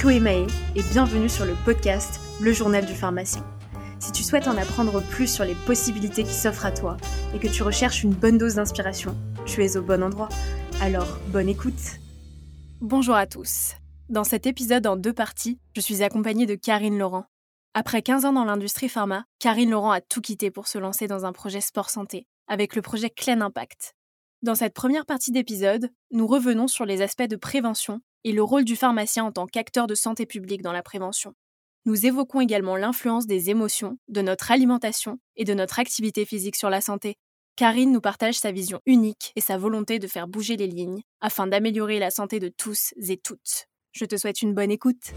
Chloé Mahé et bienvenue sur le podcast Le Journal du Pharmacien. Si tu souhaites en apprendre plus sur les possibilités qui s'offrent à toi et que tu recherches une bonne dose d'inspiration, tu es au bon endroit. Alors, bonne écoute. Bonjour à tous. Dans cet épisode en 2 parties, je suis accompagnée de Karine Laurent. Après 15 ans dans l'industrie pharma, Karine Laurent a tout quitté pour se lancer dans un projet sport-santé, avec le projet Clen Impact. Dans cette première partie d'épisode, nous revenons sur les aspects de prévention et le rôle du pharmacien en tant qu'acteur de santé publique dans la prévention. Nous évoquons également l'influence des émotions, de notre alimentation et de notre activité physique sur la santé. Karine nous partage sa vision unique et sa volonté de faire bouger les lignes afin d'améliorer la santé de tous et toutes. Je te souhaite une bonne écoute.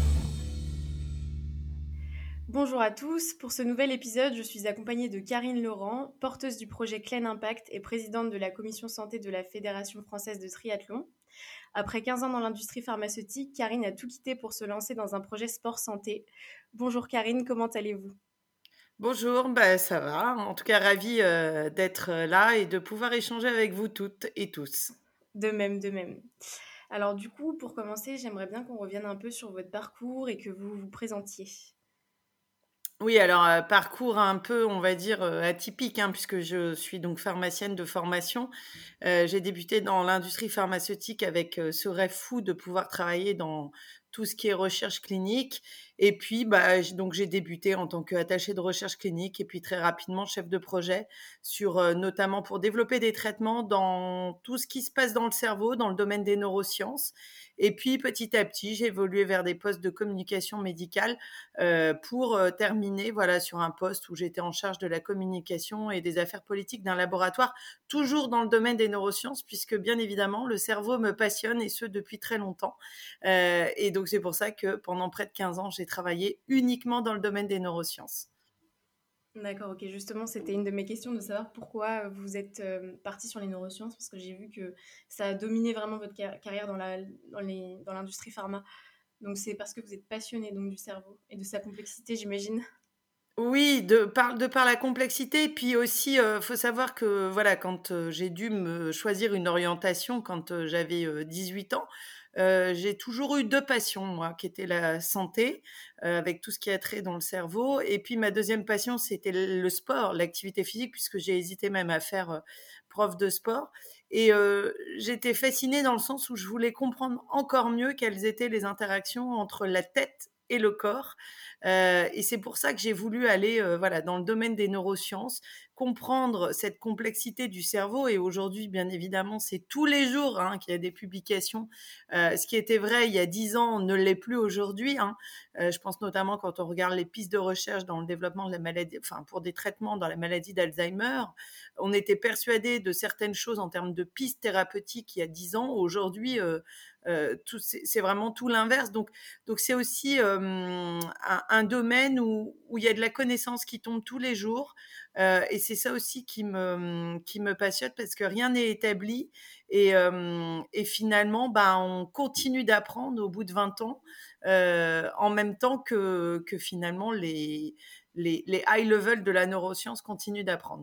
Bonjour à tous, pour ce nouvel épisode, je suis accompagnée de Karine Laurent, porteuse du projet Clen Impact et présidente de la commission santé de la Fédération française de triathlon. Après 15 ans dans l'industrie pharmaceutique, Karine a tout quitté pour se lancer dans un projet sport-santé. Bonjour Karine, comment allez-vous ? Bonjour, ça va. En tout cas, ravie d'être là et de pouvoir échanger avec vous toutes et tous. De même, de même. Alors du coup, pour commencer, j'aimerais bien qu'on revienne un peu sur votre parcours et que vous vous présentiez. Oui, alors parcours un peu, on va dire, atypique, hein, puisque je suis donc pharmacienne de formation. J'ai débuté dans l'industrie pharmaceutique avec ce rêve fou de pouvoir travailler dans tout ce qui est recherche clinique. Et puis, donc j'ai débuté en tant qu'attachée de recherche clinique et puis très rapidement chef de projet sur notamment pour développer des traitements dans tout ce qui se passe dans le cerveau, dans le domaine des neurosciences. Et puis petit à petit, j'ai évolué vers des postes de communication médicale pour terminer voilà, sur un poste où j'étais en charge de la communication et des affaires politiques d'un laboratoire, toujours dans le domaine des neurosciences, puisque bien évidemment, le cerveau me passionne et ce, depuis très longtemps. Et donc, c'est pour ça que pendant près de 15 ans, j'ai travaillé uniquement dans le domaine des neurosciences. D'accord, ok. Justement, c'était une de mes questions de savoir pourquoi vous êtes partie sur les neurosciences, parce que j'ai vu que ça a dominé vraiment votre carrière dans l'industrie pharma. Donc, c'est parce que vous êtes passionné donc, du cerveau et de sa complexité, j'imagine. Oui, de par la complexité, puis aussi, faut savoir que voilà, quand, j'ai dû me choisir une orientation quand, j'avais, 18 ans, j'ai toujours eu 2 passions moi, qui étaient la santé, avec tout ce qui a trait dans le cerveau et puis ma deuxième passion, c'était le sport, l'activité physique puisque j'ai hésité même à faire, prof de sport et j'étais fascinée dans le sens où je voulais comprendre encore mieux quelles étaient les interactions entre la tête et le corps. Et c'est pour ça que j'ai voulu aller voilà, dans le domaine des neurosciences, comprendre cette complexité du cerveau. Et aujourd'hui, bien évidemment, c'est tous les jours hein, qu'il y a des publications. Ce qui était vrai il y a 10 ans ne l'est plus aujourd'hui. Hein. Je pense notamment quand on regarde les pistes de recherche dans le développement de la maladie, enfin pour des traitements dans la maladie d'Alzheimer, on était persuadé de certaines choses en termes de pistes thérapeutiques il y a 10 ans. Aujourd'hui, c'est vraiment tout l'inverse. Donc c'est aussi un domaine où il y a de la connaissance qui tombe tous les jours. Et c'est ça aussi qui me passionne parce que rien n'est établi. Et finalement, on continue d'apprendre au bout de 20 ans, en même temps que finalement les high level de la neuroscience continuent d'apprendre.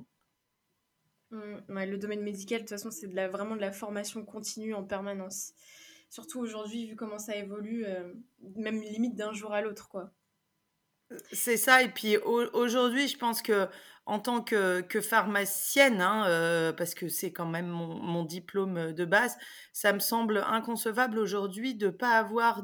Ouais, le domaine médical, de toute façon, c'est vraiment de la formation continue en permanence. Surtout aujourd'hui, vu comment ça évolue, même limite d'un jour à l'autre, quoi. C'est ça et puis aujourd'hui, je pense que en tant que pharmacienne, hein, parce que c'est quand même mon diplôme, de base, ça me semble inconcevable aujourd'hui de pas avoir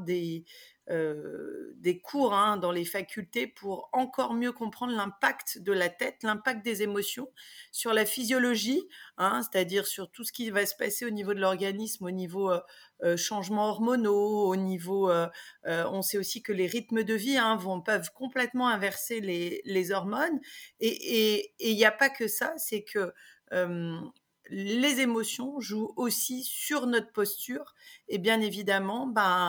des cours, hein, dans les facultés pour encore mieux comprendre l'impact de la tête, l'impact des émotions sur la physiologie, hein, c'est-à-dire sur tout ce qui va se passer au niveau de l'organisme, au niveau, changements hormonaux, au niveau, on sait aussi que les rythmes de vie hein, peuvent complètement inverser les hormones. Et il n'y a pas que ça, c'est que les émotions jouent aussi sur notre posture. Et bien évidemment,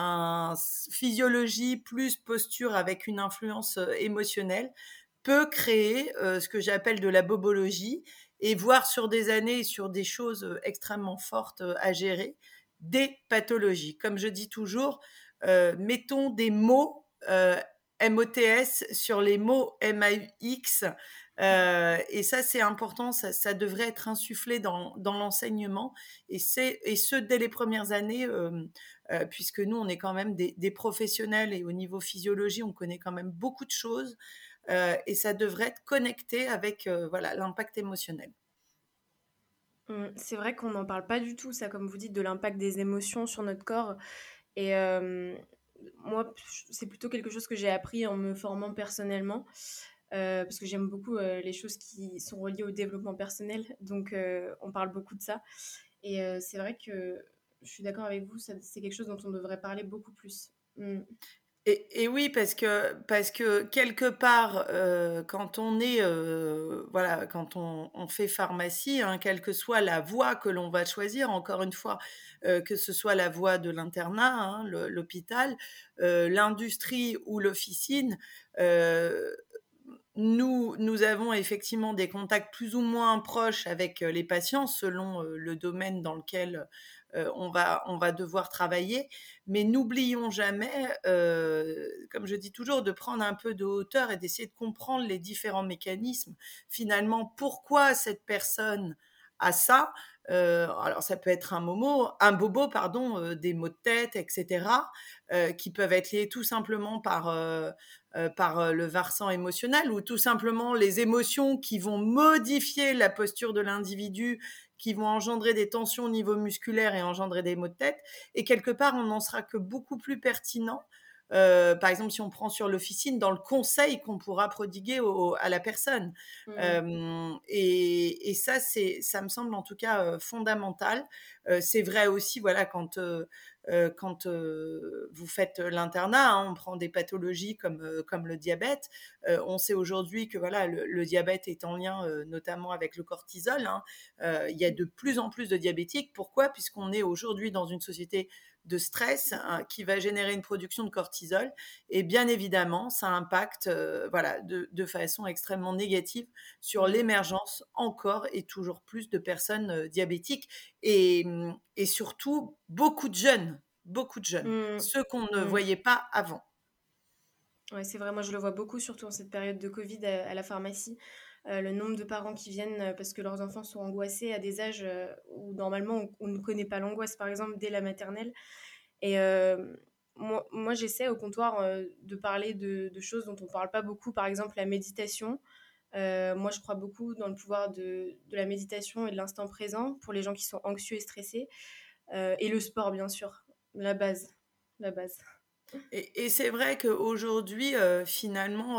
physiologie plus posture avec une influence émotionnelle peut créer ce que j'appelle de la bobologie et voir sur des années et sur des choses extrêmement fortes à gérer, des pathologies. Comme je dis toujours, mettons des mots MOTS sur les mots MAUX. Et ça, c'est important, ça devrait être insufflé dans l'enseignement et ce dès les premières années, puisque nous, on est quand même des professionnels et au niveau physiologie, on connaît quand même beaucoup de choses, et ça devrait être connecté avec, voilà, l'impact émotionnel. C'est vrai qu'on n'en parle pas du tout, ça, comme vous dites, de l'impact des émotions sur notre corps. Et moi, c'est plutôt quelque chose que j'ai appris en me formant personnellement, parce que j'aime beaucoup les choses qui sont reliées au développement personnel. Donc, on parle beaucoup de ça. Et c'est vrai que je suis d'accord avec vous, c'est quelque chose dont on devrait parler beaucoup plus. Et oui, parce que quelque part, quand on est, voilà, quand on fait pharmacie, hein, quelle que soit la voie que l'on va choisir, encore une fois, que ce soit la voie de l'internat, hein, l'hôpital, l'industrie ou l'officine, heu, nous avons effectivement des contacts plus ou moins proches avec, les patients selon, le domaine dans lequel, on va devoir travailler. Mais n'oublions jamais, comme je dis toujours, de prendre un peu de hauteur et d'essayer de comprendre les différents mécanismes. Finalement, pourquoi cette personne a ça? Alors ça peut être un bobo pardon, des maux de tête et cetera, qui peuvent être liés tout simplement par le versant émotionnel ou tout simplement les émotions qui vont modifier la posture de l'individu, qui vont engendrer des tensions au niveau musculaire et engendrer des maux de tête. Et quelque part, on n'en sera que beaucoup plus pertinent. Par exemple, si on prend sur l'officine, dans le conseil qu'on pourra prodiguer à la personne. Mm. Et ça me semble en tout cas fondamental. C'est vrai aussi, voilà, quand vous faites l'internat, hein, on prend des pathologies comme le diabète. On sait aujourd'hui que voilà, le diabète est en lien notamment avec le cortisol. Hein. Il y a de plus en plus de diabétiques. Pourquoi? Puisqu'on est aujourd'hui dans une société de stress hein, qui va générer une production de cortisol. Et bien évidemment, ça impacte voilà, de façon extrêmement négative sur Mm. l'émergence encore et toujours plus de personnes diabétiques et surtout beaucoup de jeunes, Mm. ceux qu'on ne Mm. voyait pas avant. Ouais, c'est vrai, moi je le vois beaucoup, surtout en cette période de Covid à la pharmacie. Le nombre de parents qui viennent parce que leurs enfants sont angoissés à des âges où normalement on ne connaît pas l'angoisse, par exemple dès la maternelle. Et moi j'essaie au comptoir de parler de choses dont on ne parle pas beaucoup, par exemple la méditation. Moi je crois beaucoup dans le pouvoir de la méditation et de l'instant présent pour les gens qui sont anxieux et stressés. Et le sport, bien sûr, la base. La base. Et c'est vrai qu'aujourd'hui, finalement,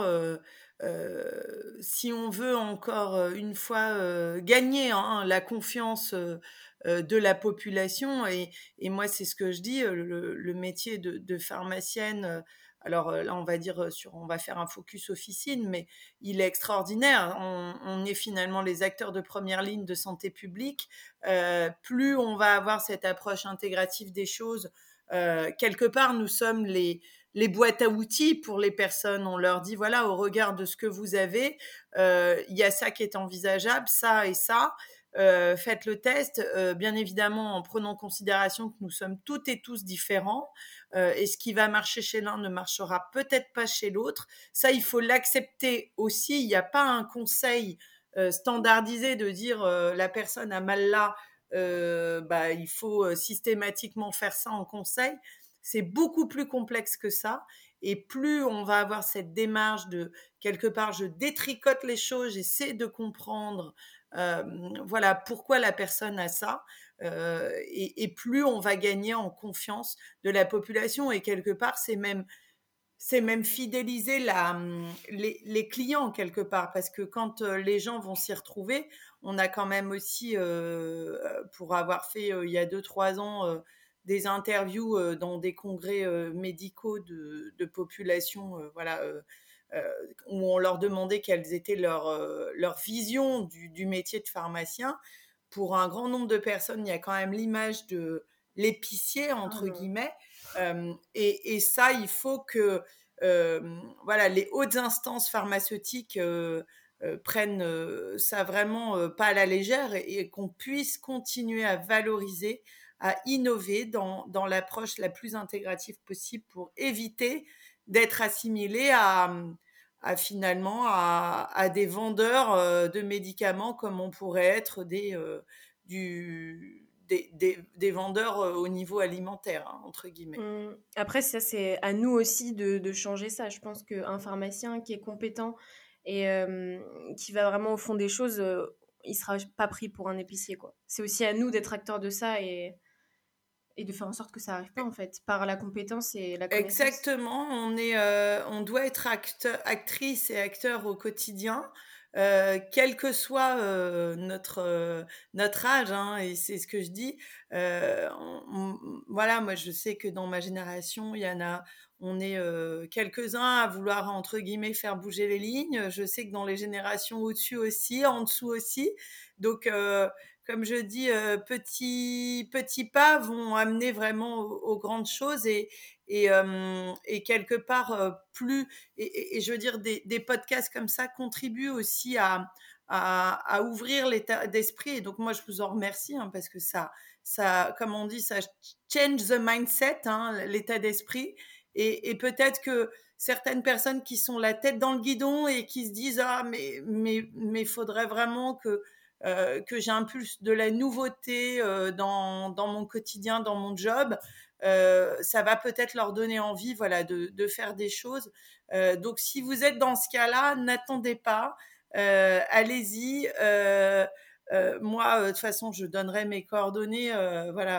si on veut encore, une fois, gagner, hein, la confiance, de la population et moi, c'est ce que je dis, le métier de pharmacienne, alors, là, on va dire, on va faire un focus officine, mais il est extraordinaire. On est finalement les acteurs de première ligne de santé publique. Plus on va avoir cette approche intégrative des choses, quelque part, nous sommes les boîtes à outils pour les personnes. On leur dit, voilà, au regard de ce que vous avez, il y a ça qui est envisageable, ça et ça. Faites le test, bien évidemment en prenant en considération que nous sommes toutes et tous différents, et ce qui va marcher chez l'un ne marchera peut-être pas chez l'autre. Ça, il faut l'accepter aussi. Il n'y a pas un conseil standardisé de dire la personne a mal là, bah, il faut systématiquement faire ça en conseil. C'est beaucoup plus complexe que ça. Et plus on va avoir cette démarche de quelque part, je détricote les choses, j'essaie de comprendre, voilà pourquoi la personne a ça, et plus on va gagner en confiance de la population. Et quelque part, c'est même fidéliser les clients quelque part, parce que quand les gens vont s'y retrouver, on a quand même aussi, pour avoir fait il y a 2 3 ans des interviews dans des congrès médicaux de population, voilà, où on leur demandait quelles étaient leurs visions du métier de pharmacien. Pour un grand nombre de personnes, il y a quand même l'image de l'épicier, Oh entre non. guillemets. Et ça, il faut que voilà, les hautes instances pharmaceutiques prennent ça vraiment pas à la légère et qu'on puisse continuer à valoriser, à innover dans l'approche la plus intégrative possible pour éviter d'être assimilé finalement à des vendeurs de médicaments comme on pourrait être des vendeurs au niveau alimentaire, hein, entre guillemets. Après, ça, c'est à nous aussi de changer ça. Je pense qu'un pharmacien qui est compétent et qui va vraiment au fond des choses, il sera pas pris pour un épicier, quoi. C'est aussi à nous d'être acteurs de ça et de faire en sorte que ça arrive pas, en fait, par la compétence et la connaissance. Exactement, on doit être actrice et acteur au quotidien, quel que soit notre âge, hein, et c'est ce que je dis. Voilà, moi je sais que dans ma génération, on est quelques-uns à vouloir entre guillemets faire bouger les lignes. Je sais que dans les générations au-dessus aussi, en dessous aussi. Donc comme je dis, petits pas vont amener vraiment aux grandes choses et quelque part, plus et je veux dire des podcasts comme ça contribuent aussi à ouvrir l'état d'esprit et donc moi je vous en remercie, hein, parce que ça comme on dit, ça change the mindset, hein, l'état d'esprit et peut-être que certaines personnes qui sont la tête dans le guidon et qui se disent: «Ah mais faudrait vraiment que j'impulse de la nouveauté, dans mon quotidien, dans mon job», ça va peut-être leur donner envie, voilà, de faire des choses. Donc si vous êtes dans ce cas-là, n'attendez pas, allez-y. Moi, de toute façon, je donnerai mes coordonnées, voilà,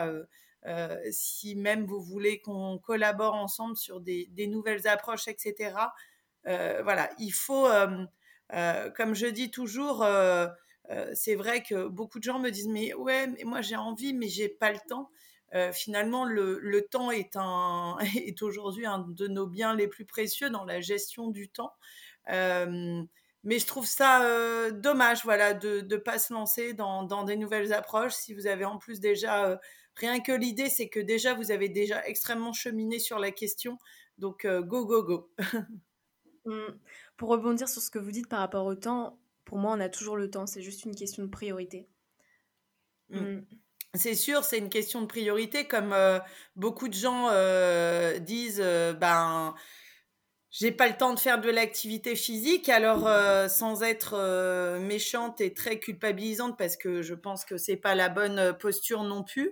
si même vous voulez qu'on collabore ensemble sur des nouvelles approches, etc. Voilà, il faut, comme je dis toujours, c'est vrai que beaucoup de gens me disent: «Mais ouais, mais moi j'ai envie, mais j'ai pas le temps». Finalement, le temps est est aujourd'hui un de nos biens les plus précieux dans la gestion du temps. Mais je trouve ça dommage, voilà, de pas se lancer dans des nouvelles approches. Si vous avez en plus déjà rien que l'idée, c'est que déjà vous avez déjà extrêmement cheminé sur la question. Donc go go go. Mmh. Pour rebondir sur ce que vous dites par rapport au temps, pour moi, on a toujours le temps, c'est juste une question de priorité. Mm. Mmh. C'est sûr, c'est une question de priorité, comme beaucoup de gens disent, ben j'ai pas le temps de faire de l'activité physique, alors sans être méchante et très culpabilisante, parce que je pense que c'est pas la bonne posture non plus.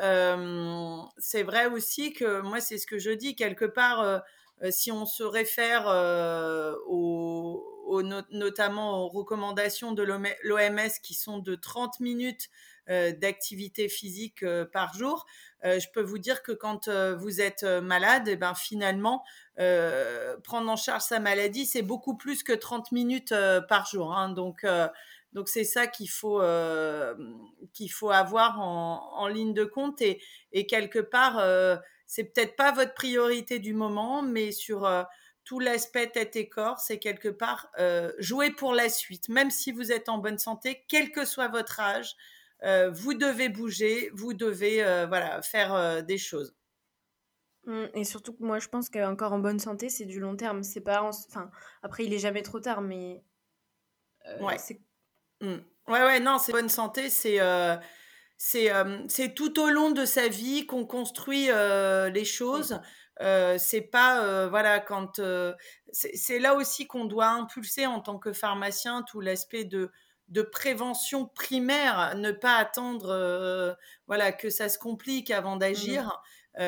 C'est vrai aussi que moi, c'est ce que je dis quelque part. Si on se réfère notamment aux recommandations de l'OMS qui sont de 30 minutes d'activité physique par jour, je peux vous dire que quand vous êtes malade, et ben finalement, prendre en charge sa maladie, c'est beaucoup plus que 30 minutes par jour, hein. Donc c'est ça qu'il faut avoir en ligne de compte et quelque part, c'est peut-être pas votre priorité du moment, mais sur tout l'aspect tête et corps, c'est quelque part jouer pour la suite. Même si vous êtes en bonne santé, quel que soit votre âge, vous devez bouger, vous devez voilà, faire des choses. Et surtout que moi, je pense qu'encore en bonne santé, c'est du long terme. C'est pas enfin, après, il est jamais trop tard, mais Ouais. c'est Mm. Ouais, ouais, non, c'est bonne santé, c'est tout au long de sa vie qu'on construit les mmh, choses. C'est pas, voilà, c'est là aussi qu'on doit impulser en tant que pharmacien tout l'aspect de prévention primaire, ne pas attendre, voilà, que ça se complique avant mmh, d'agir.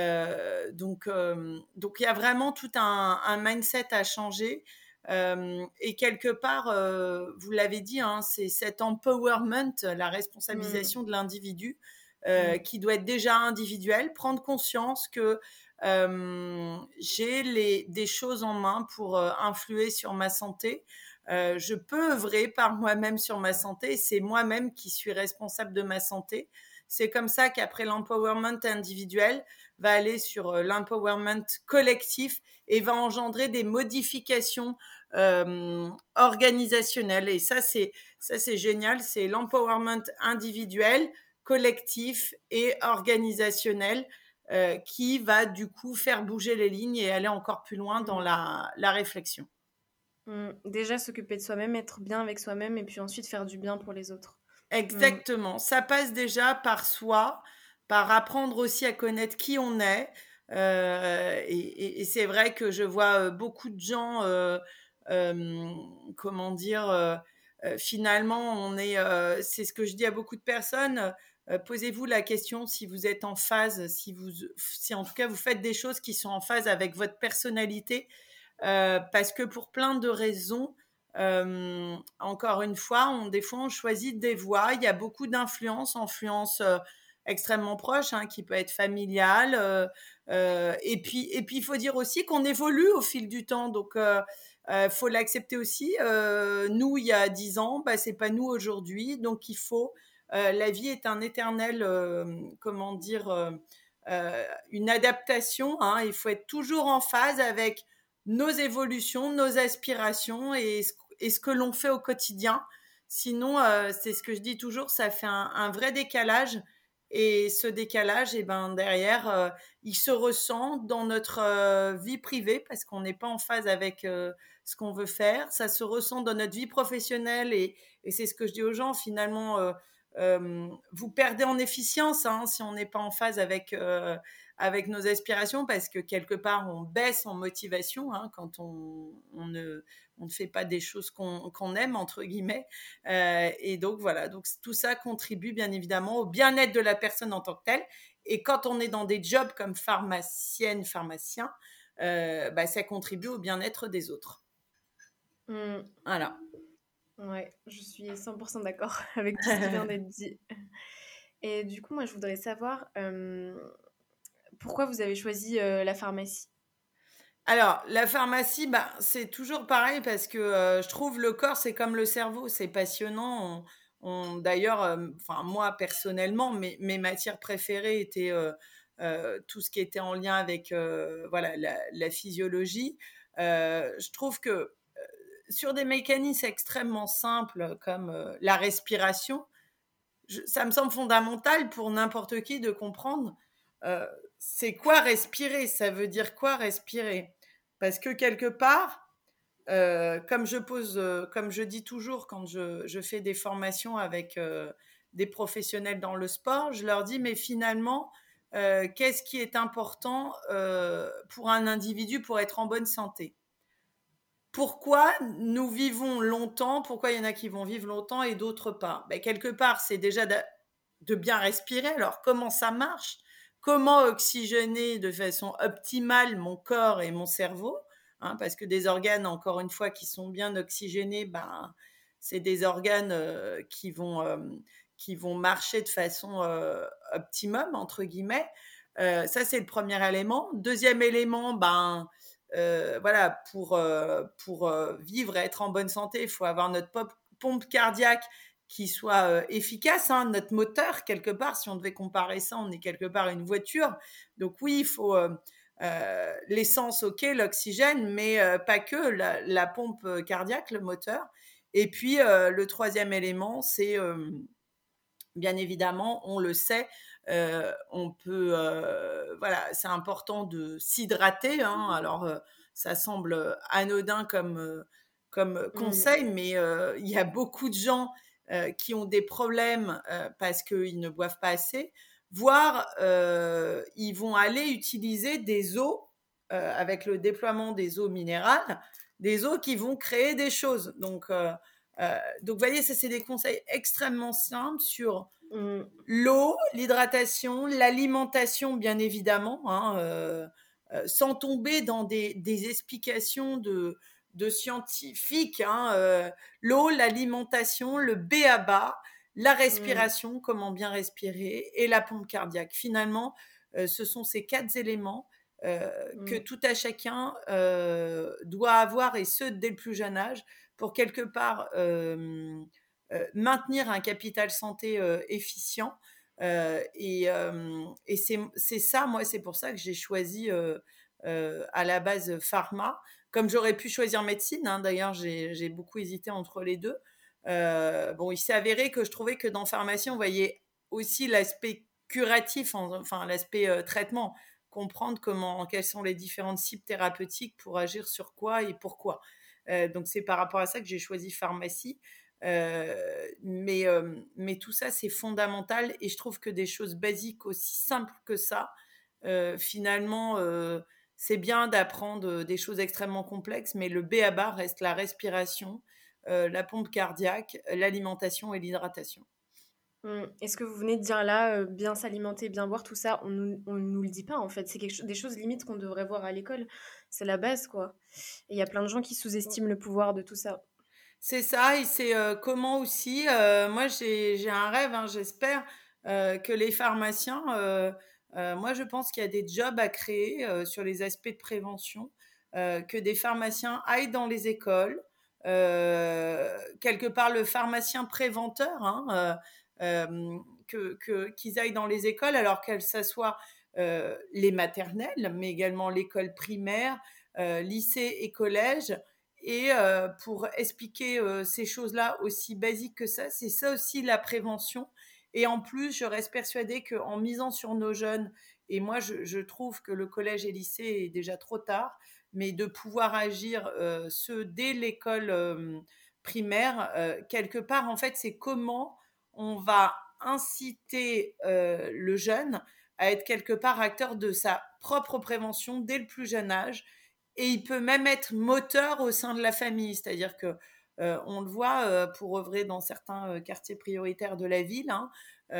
Donc il y a vraiment tout un mindset à changer. Et quelque part, vous l'avez dit, hein, c'est cet empowerment, la mmh, responsabilisation de l'individu, mmh, qui doit être déjà individuelle, prendre conscience que j'ai des choses en main pour influer sur ma santé. Je peux œuvrer par moi-même sur ma santé, c'est moi-même qui suis responsable de ma santé. C'est comme ça qu'après l'empowerment individuel va aller sur l'empowerment collectif et va engendrer des modifications organisationnelles. Et ça c'est génial, c'est l'empowerment individuel, collectif et organisationnel qui va du coup faire bouger les lignes et aller encore plus loin dans mmh, la réflexion. déjà s'occuper de soi-même, être bien avec soi-même et puis ensuite faire du bien pour les autres. Mmh, Exactement. Ça passe déjà par soi, par apprendre aussi à connaître qui on est. Et c'est vrai que je vois beaucoup de gens comment dire, finalement, c'est ce que je dis à beaucoup de personnes. Posez-vous la question si vous êtes en phase, si en tout cas vous faites des choses qui sont en phase avec votre personnalité, parce que pour plein de raisons, encore une fois, des fois on choisit des voies. Il y a beaucoup influence extrêmement proche, hein, qui peut être familiale. Et puis il faut dire aussi qu'on évolue au fil du temps, donc faut l'accepter aussi. Nous, il y a 10 ans, bah, c'est pas nous aujourd'hui, donc la vie est un éternel, comment dire, une adaptation, hein. Il faut être toujours en phase avec nos évolutions, nos aspirations et ce que l'on fait au quotidien. Sinon, c'est ce que je dis toujours, ça fait un vrai décalage. Et ce décalage, et ben derrière, il se ressent dans notre vie privée parce qu'on n'est pas en phase avec ce qu'on veut faire. Ça se ressent dans notre vie professionnelle et c'est ce que je dis aux gens finalement. Vous perdez en efficience, hein, si on n'est pas en phase avec nos aspirations, parce que quelque part on baisse en motivation, hein, quand on ne fait pas des choses qu'on aime, entre guillemets. Et donc voilà, donc tout ça contribue bien évidemment au bien-être de la personne en tant que telle. Et quand on est dans des jobs comme pharmacienne, pharmacien, bah, ça contribue au bien-être des autres. Voilà. Ouais, je suis 100% d'accord avec tout ce qui vient d'être dit. Et du coup, moi, je voudrais savoir pourquoi vous avez choisi la pharmacie. Alors, la pharmacie, bah, c'est toujours pareil parce que je trouve le corps, c'est comme le cerveau, c'est passionnant. D'ailleurs, enfin, moi, personnellement, mes matières préférées étaient tout ce qui était en lien avec voilà, la physiologie. Je trouve que sur des mécanismes extrêmement simples comme la respiration, ça me semble fondamental pour n'importe qui de comprendre euh, c'est quoi respirer, ça veut dire quoi respirer. Parce que quelque part, comme je dis toujours quand je fais des formations avec des professionnels dans le sport, je leur dis, mais finalement, qu'est-ce qui est important pour un individu pour être en bonne santé? Pourquoi nous vivons longtemps? Pourquoi il y en a qui vont vivre longtemps et d'autres pas? Ben, quelque part, c'est déjà de bien respirer. Alors, comment ça marche? Comment oxygéner de façon optimale mon corps et mon cerveau, hein, parce que des organes, encore une fois, qui sont bien oxygénés, ben, c'est des organes qui vont marcher de façon optimum, entre guillemets. Ça, c'est le premier élément. Deuxième élément, ben, voilà, pour vivre et être en bonne santé, il faut avoir notre pompe cardiaque qui soit efficace, hein, notre moteur, quelque part. Si on devait comparer ça, on est quelque part une voiture. Donc oui, il faut l'essence, ok, l'oxygène, mais pas que, la pompe cardiaque, le moteur. Et puis, le troisième élément, c'est, bien évidemment, on le sait, on peut, voilà, c'est important de s'hydrater, hein. Alors, ça semble anodin comme conseil, mais il y a beaucoup de gens qui ont des problèmes parce qu'ils ne boivent pas assez, voire ils vont aller utiliser des eaux avec le déploiement des eaux minérales, des eaux qui vont créer des choses. Donc, vous voyez, ça, c'est des conseils extrêmement simples sur l'eau, l'hydratation, l'alimentation, bien évidemment, hein, sans tomber dans des explications de scientifiques. Hein, l'eau, l'alimentation, le B.A.B.A., la respiration, comment bien respirer, et la pompe cardiaque. Finalement, ce sont ces 4 éléments que tout à chacun doit avoir, et ce, dès le plus jeune âge, pour quelque part maintenir un capital santé efficient. Et c'est ça, moi, c'est pour ça que j'ai choisi à la base pharma. Comme j'aurais pu choisir médecine, hein, d'ailleurs, j'ai beaucoup hésité entre les deux. Bon, il s'est avéré que je trouvais que dans pharmacie, on voyait aussi l'aspect curatif, enfin l'aspect traitement, comprendre quelles sont les différentes cibles thérapeutiques pour agir sur quoi et pourquoi. Donc c'est par rapport à ça que j'ai choisi pharmacie. Mais tout ça, c'est fondamental, et je trouve que des choses basiques aussi simples que ça, finalement, c'est bien d'apprendre des choses extrêmement complexes, mais le b.a.-ba reste la respiration, la pompe cardiaque, l'alimentation et l'hydratation. Et ce que vous venez de dire là, bien s'alimenter, bien boire, tout ça, on nous le dit pas en fait. C'est des choses limite qu'on devrait voir à l'école. C'est la base, quoi. Et il y a plein de gens qui sous-estiment le pouvoir de tout ça. C'est ça et c'est, comment aussi, moi j'ai un rêve, hein, j'espère, que les pharmaciens, moi je pense qu'il y a des jobs à créer, sur les aspects de prévention, que des pharmaciens aillent dans les écoles, quelque part le pharmacien préventeur, hein, qu'ils aillent dans les écoles alors qu'elles s'assoient, les maternelles, mais également l'école primaire, lycée et collège et pour expliquer ces choses-là aussi basiques que ça, c'est ça aussi la prévention. Et en plus, je reste persuadée qu'en misant sur nos jeunes, et moi je trouve que le collège et lycée est déjà trop tard, mais de pouvoir agir ce dès l'école primaire, quelque part, en fait, c'est comment on va inciter le jeune à être quelque part acteur de sa propre prévention dès le plus jeune âge et il peut même être moteur au sein de la famille, c'est-à-dire que on le voit pour œuvrer dans certains quartiers prioritaires de la ville, hein,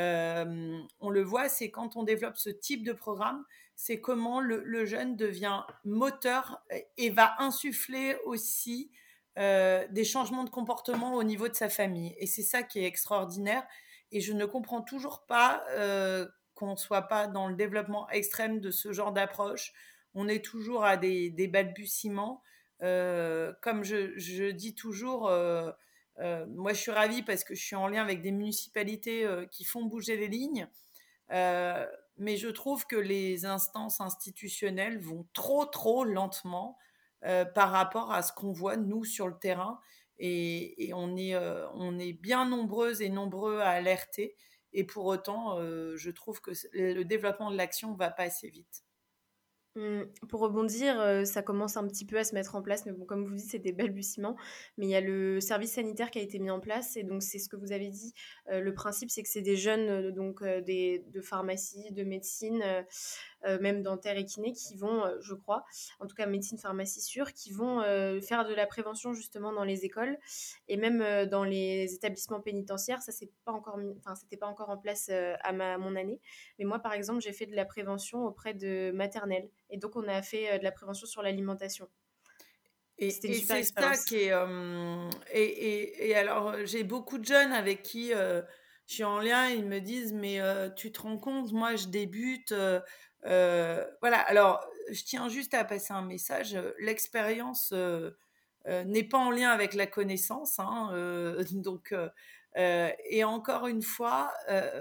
on le voit, c'est quand on développe ce type de programme, c'est comment le jeune devient moteur et va insuffler aussi des changements de comportement au niveau de sa famille. Et c'est ça qui est extraordinaire. Et je ne comprends toujours pas qu'on ne soit pas dans le développement extrême de ce genre d'approche. On est toujours à des balbutiements. Comme je dis toujours, moi je suis ravie parce que je suis en lien avec des municipalités qui font bouger les lignes. Euh, mais je trouve que les instances institutionnelles vont trop lentement par rapport à ce qu'on voit nous sur le terrain et on est bien nombreuses et nombreux à alerter et pour autant je trouve que le développement de l'action va pas assez vite. Pour rebondir, ça commence un petit peu à se mettre en place, mais bon, comme vous dites, c'est des balbutiements. Mais il y a le service sanitaire qui a été mis en place et donc c'est ce que vous avez dit. Le principe, c'est que c'est des jeunes, de pharmacie, de médecine, même dentaire et kiné qui vont, je crois, en tout cas médecine, pharmacie sûre, qui vont, faire de la prévention justement dans les écoles et même, dans les établissements pénitentiaires. Ça, c'est pas encore enfin, c'était pas encore en place, à mon année. Mais moi, par exemple, j'ai fait de la prévention auprès de maternelles. Et donc, on a fait de la prévention sur l'alimentation. Et c'était une Et super c'est ça expérience. qui est. Et alors, j'ai beaucoup de jeunes avec qui je suis en lien, ils me disent, mais tu te rends compte, moi je débute. Voilà, alors je tiens juste à passer un message. L'expérience n'est pas en lien avec la connaissance. Hein, donc, et encore une fois,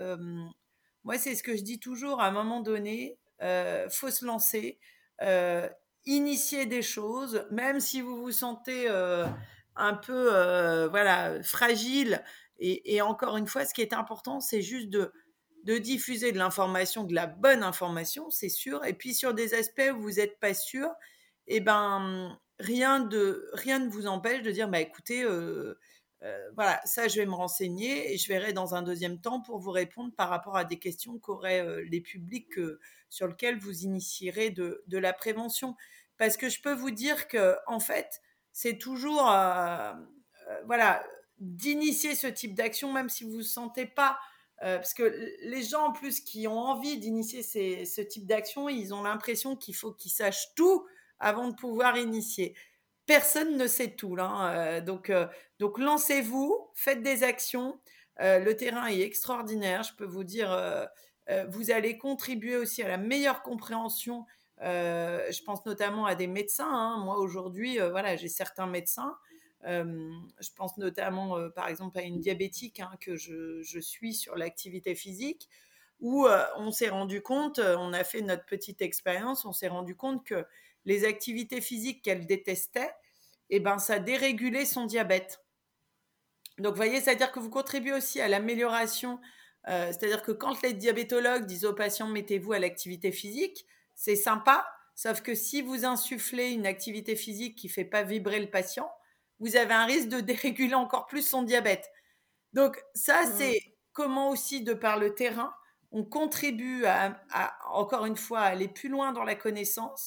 moi c'est ce que je dis toujours, à un moment donné, faut se lancer. Euh, Initier des choses, même si vous vous sentez un peu voilà, fragile. Et encore une fois, ce qui est important, c'est juste de diffuser de l'information, de la bonne information, c'est sûr. Et puis sur des aspects où vous n'êtes pas sûr, eh ben, rien ne vous empêche de dire, bah, écoutez, voilà, ça, je vais me renseigner et je verrai dans un deuxième temps pour vous répondre par rapport à des questions qu'auraient les publics sur lesquels vous initierez de la prévention. Parce que je peux vous dire que, en fait, c'est toujours, voilà, d'initier ce type d'action, même si vous ne sentez pas parce que les gens en plus qui ont envie d'initier ce type d'action, ils ont l'impression qu'il faut qu'ils sachent tout avant de pouvoir initier. Personne ne sait tout là. Hein. Donc lancez-vous, faites des actions. Le terrain est extraordinaire. Je peux vous dire, vous allez contribuer aussi à la meilleure compréhension. Je pense notamment à des médecins. Hein. Moi aujourd'hui, voilà, j'ai certains médecins. Je pense notamment, par exemple, à une diabétique hein, que je suis sur l'activité physique, où on s'est rendu compte, on a fait notre petite expérience, on s'est rendu compte que les activités physiques qu'elle détestait, eh ben, ça dérégulait son diabète. Donc, vous voyez, c'est-à-dire que vous contribuez aussi à l'amélioration. C'est-à-dire que quand les diabétologues disent aux patients mettez-vous à l'activité physique, c'est sympa, sauf que si vous insufflez une activité physique qui ne fait pas vibrer le patient, vous avez un risque de déréguler encore plus son diabète. Donc ça, Mm. c'est comment aussi, de par le terrain, on contribue encore une fois, à aller plus loin dans la connaissance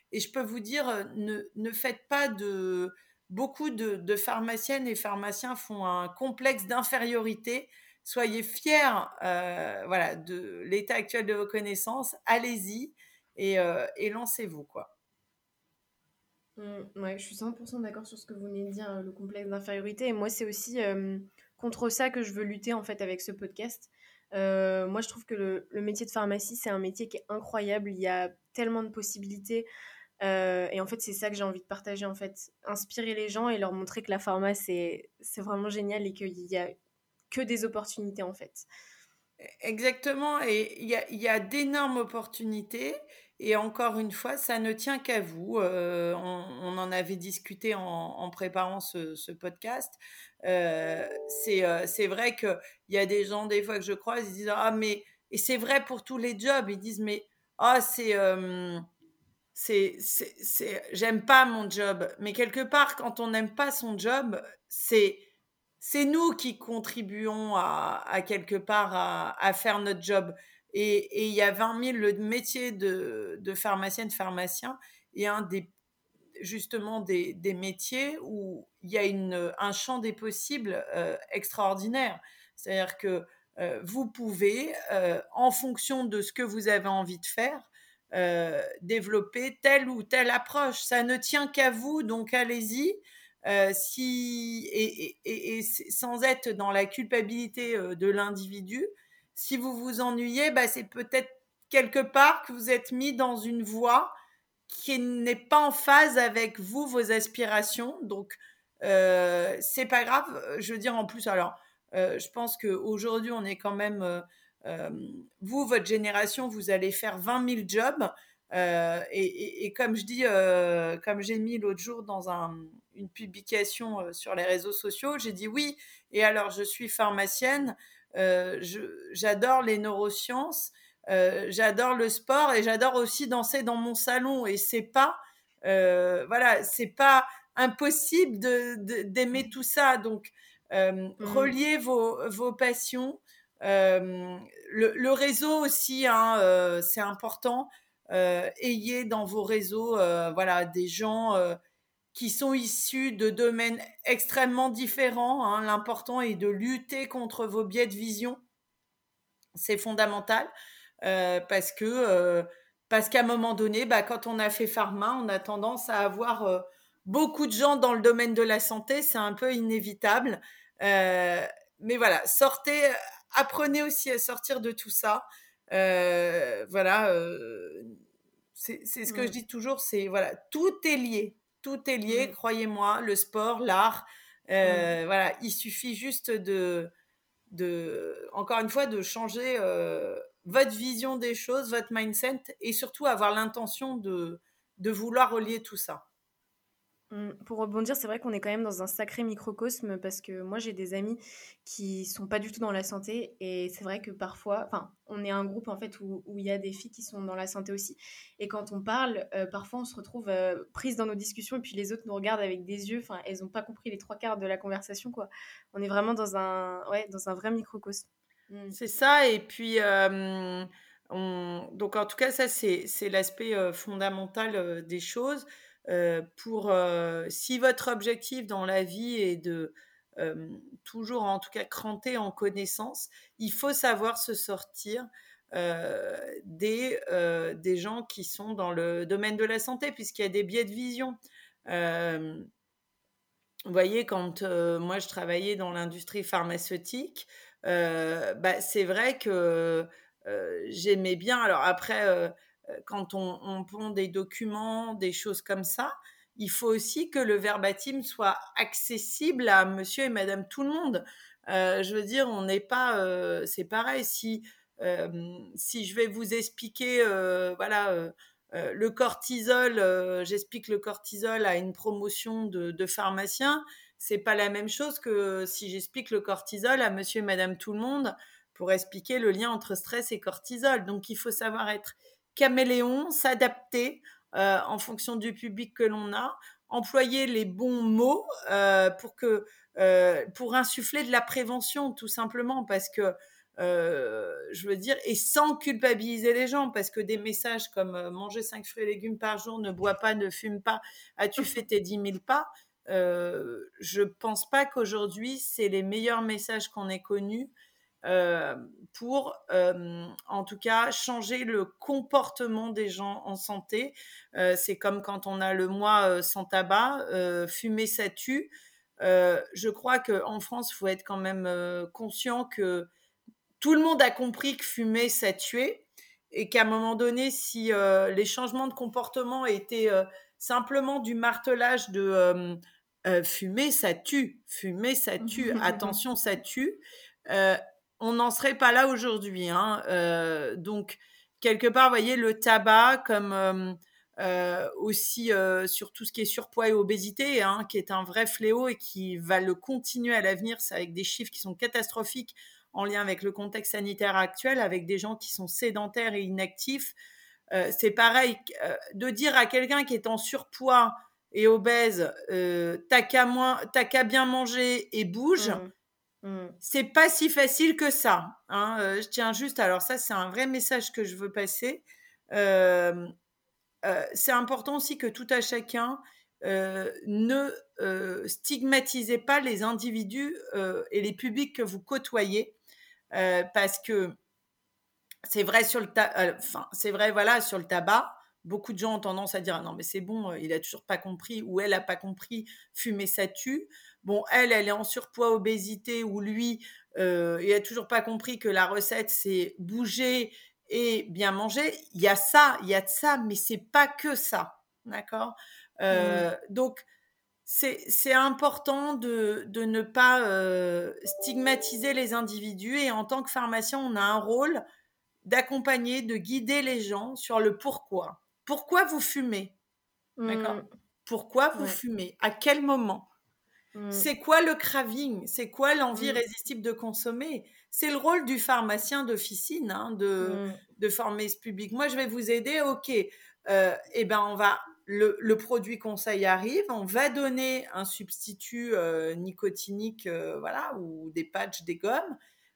et je peux vous dire, ne faites pas de beaucoup de pharmaciennes et pharmaciens font un complexe d'infériorité. Soyez fiers, voilà, de l'état actuel de vos connaissances. Allez-y et lancez-vous, quoi. Ouais, je suis 100% d'accord sur ce que vous venez de dire, le complexe d'infériorité. Et moi, c'est aussi contre ça que je veux lutter en fait avec ce podcast. Moi, je trouve que le métier de pharmacie, c'est un métier qui est incroyable. Il y a tellement de possibilités. Et en fait, c'est ça que j'ai envie de partager en fait. Inspirer les gens et leur montrer que la pharma, c'est vraiment génial et qu'il y a que des opportunités en fait. Exactement, et il y a d'énormes opportunités et encore une fois, ça ne tient qu'à vous. On en avait discuté en préparant ce podcast. C'est vrai qu'il y a des gens, des fois, que je croise, ils disent: «Ah mais» et c'est vrai pour tous les jobs, ils disent: «Mais ah j'aime pas mon job». Mais quelque part, quand on n'aime pas son job, c'est nous qui contribuons à quelque part à faire notre job. Et il y a 20 000 le métier de pharmacienne, pharmacien, et un justement des métiers où il y a un champ des possibles extraordinaire. C'est-à-dire que vous pouvez, en fonction de ce que vous avez envie de faire, développer telle ou telle approche. Ça ne tient qu'à vous, donc allez-y. Et sans être dans la culpabilité de l'individu, si vous vous ennuyez, bah, c'est peut-être quelque part que vous êtes mis dans une voie qui n'est pas en phase avec vous, vos aspirations. Donc, c'est pas grave. Je veux dire, en plus, alors, je pense qu'aujourd'hui, on est quand même. Euh, Vous, votre génération, vous allez faire 20 000 jobs. Et comme je dis, comme j'ai mis l'autre jour dans une publication sur les réseaux sociaux, j'ai dit oui. Et alors, je suis pharmacienne. J'adore les neurosciences. J'adore le sport et j'adore aussi danser dans mon salon. Et voilà, c'est pas impossible d'aimer tout ça. Donc, reliez vos passions. Le réseau aussi, hein, c'est important. Ayez dans vos réseaux, voilà, des gens qui sont issus de domaines extrêmement différents, hein. L'important est de lutter contre vos biais de vision. C'est fondamental. Parce qu'à un moment donné, bah, quand on a fait pharma, on a tendance à avoir beaucoup de gens dans le domaine de la santé, c'est un peu inévitable. Mais voilà, apprenez aussi à sortir de tout ça. Voilà, c'est ce que je dis toujours, c'est voilà, tout est lié, croyez-moi, le sport, l'art, voilà, il suffit juste encore une fois, de changer votre vision des choses, votre mindset, et surtout avoir l'intention de vouloir relier tout ça. Pour rebondir, c'est vrai qu'on est quand même dans un sacré microcosme parce que moi j'ai des amis qui sont pas du tout dans la santé et c'est vrai que parfois, enfin, on est un groupe en fait où il y a des filles qui sont dans la santé aussi et quand on parle, parfois on se retrouve prise dans nos discussions et puis les autres nous regardent avec des yeux, enfin, elles ont pas compris les trois quarts de la conversation quoi. On est vraiment dans un vrai microcosme. C'est ça, et puis donc en tout cas, ça c'est l'aspect fondamental des choses. Si votre objectif dans la vie est de toujours en tout cas cranter en connaissance, il faut savoir se sortir des gens qui sont dans le domaine de la santé, puisqu'il y a des biais de vision. Vous voyez, quand moi je travaillais dans l'industrie pharmaceutique, bah, c'est vrai que j'aimais bien. Alors après, quand on pond des documents, des choses comme ça, il faut aussi que le verbatim soit accessible à monsieur et madame tout le monde. Je veux dire, on n'est pas. C'est pareil, si je vais vous expliquer, voilà. Le cortisol, j'explique le cortisol à une promotion de pharmacien, c'est pas la même chose que si j'explique le cortisol à monsieur et madame tout le monde pour expliquer le lien entre stress et cortisol. Donc il faut savoir être caméléon, s'adapter en fonction du public que l'on a, employer les bons mots pour insuffler de la prévention, tout simplement, parce que je veux dire, et sans culpabiliser les gens, parce que des messages comme manger 5 fruits et légumes par jour, ne bois pas, ne fume pas, as-tu fait tes 10 000 pas, je pense pas qu'aujourd'hui c'est les meilleurs messages qu'on ait connus pour en tout cas changer le comportement des gens en santé. C'est comme quand on a le mois sans tabac, fumer ça tue. Je crois qu'en France, il faut être quand même conscient que tout le monde a compris que fumer, ça tuait, et qu'à un moment donné, si les changements de comportement étaient simplement du martelage de fumer, ça tue, attention, ça tue, euh, on n'en serait pas là aujourd'hui, hein. Donc, quelque part, vous voyez, le tabac, comme aussi sur tout ce qui est surpoids et obésité, hein, qui est un vrai fléau et qui va le continuer à l'avenir, c'est avec des chiffres qui sont catastrophiques en lien avec le contexte sanitaire actuel, avec des gens qui sont sédentaires et inactifs. C'est pareil, de dire à quelqu'un qui est en surpoids et obèse, t'as qu'à bien manger et bouge, c'est pas si facile que ça, hein. Je tiens juste, alors ça c'est un vrai message que je veux passer. C'est important aussi que tout à chacun ne stigmatisez pas les individus et les publics que vous côtoyez, parce que c'est vrai c'est vrai, voilà, sur le tabac. Beaucoup de gens ont tendance à dire ah non mais c'est bon, il a toujours pas compris, ou elle a pas compris, fumer ça tue. Bon, elle est en surpoids, obésité, ou lui, il a toujours pas compris que la recette c'est bouger et bien manger. Il y a de ça, mais c'est pas que ça, d'accord. Donc c'est important de ne pas stigmatiser les individus, et en tant que pharmacien, on a un rôle d'accompagner, de guider les gens sur le pourquoi. Pourquoi vous fumez? D'accord? Pourquoi vous fumez? À quel moment? C'est quoi le craving? C'est quoi l'envie irrésistible de consommer? C'est le rôle du pharmacien d'officine, hein, de former ce public. Moi, je vais vous aider. OK. Eh ben, le produit conseil arrive. On va donner un substitut nicotinique, voilà, ou des patchs, des gommes.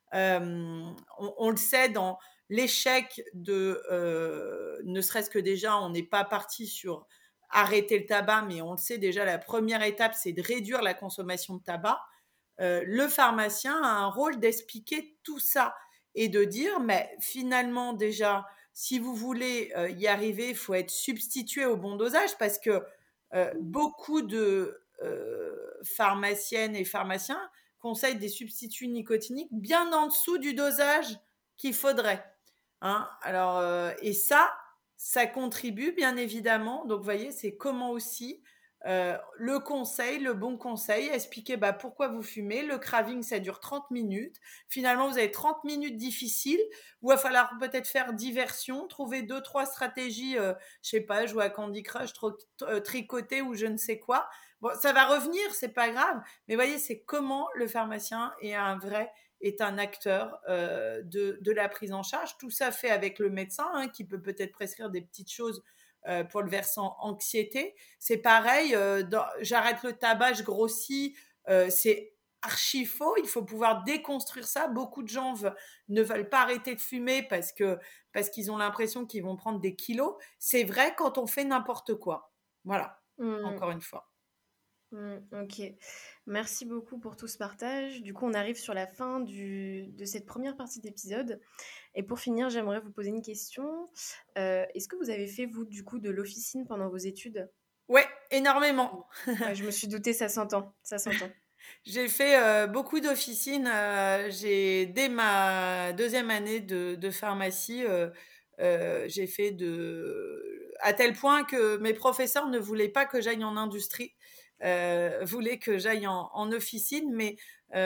On le sait, dans l'échec de, ne serait-ce que déjà, on n'est pas parti sur arrêter le tabac, mais on le sait déjà, la première étape, c'est de réduire la consommation de tabac. Le pharmacien a un rôle d'expliquer tout ça et de dire, mais finalement, déjà, si vous voulez y arriver, il faut être substitué au bon dosage, parce que beaucoup de pharmaciennes et pharmaciens conseillent des substituts nicotiniques bien en dessous du dosage qu'il faudrait, hein. Alors, et ça contribue bien évidemment. Donc, vous voyez, c'est comment aussi le conseil, le bon conseil, expliquer pourquoi vous fumez. Le craving, ça dure 30 minutes. Finalement, vous avez 30 minutes difficiles où il va falloir peut-être faire diversion, trouver 2-3 stratégies, je sais pas, jouer à Candy Crush, tricoter ou je ne sais quoi. Bon, ça va revenir, c'est pas grave. Mais voyez, c'est comment le pharmacien est un acteur de la prise en charge. Tout ça fait avec le médecin, hein, qui peut peut-être prescrire des petites choses pour le versant anxiété. C'est pareil, j'arrête le tabac, je grossis, c'est archi faux. Il faut pouvoir déconstruire ça. Beaucoup de gens ne veulent pas arrêter de fumer parce qu'ils ont l'impression qu'ils vont prendre des kilos. C'est vrai quand on fait n'importe quoi. Voilà, encore une fois. Ok, merci beaucoup pour tout ce partage. Du coup, on arrive sur la fin de cette première partie d'épisode. Et pour finir, j'aimerais vous poser une question. Est-ce que vous avez fait, vous, du coup, de l'officine pendant vos études? Ouais, énormément. Ouais, je me suis doutée, ça s'entend. J'ai fait beaucoup d'officines. Dès ma deuxième année de pharmacie, j'ai fait à tel point que mes professeurs ne voulaient pas que j'aille en industrie, voulaient que j'aille en officine, mais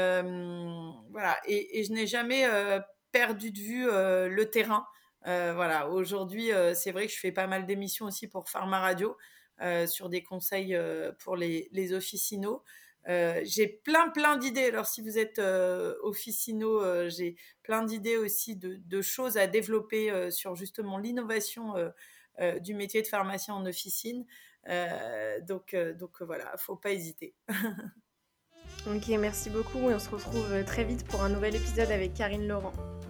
voilà. Et je n'ai jamais perdu de vue le terrain. Voilà. Aujourd'hui, c'est vrai que je fais pas mal d'émissions aussi pour Pharma Radio sur des conseils pour les officinaux. J'ai plein d'idées. Alors, si vous êtes officinaux, j'ai plein d'idées aussi de choses à développer sur justement l'innovation du métier de pharmacien en officine. Donc voilà, faut pas hésiter. Ok, merci beaucoup et on se retrouve très vite pour un nouvel épisode avec Karine Laurent.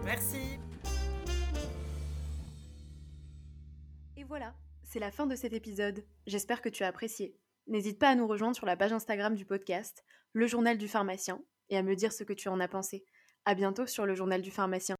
Merci. Et voilà, c'est la fin de cet épisode. J'espère que tu as apprécié. N'hésite pas à nous rejoindre sur la page Instagram du podcast, Le Journal du Pharmacien, et à me dire ce que tu en as pensé. À bientôt sur Le Journal du Pharmacien.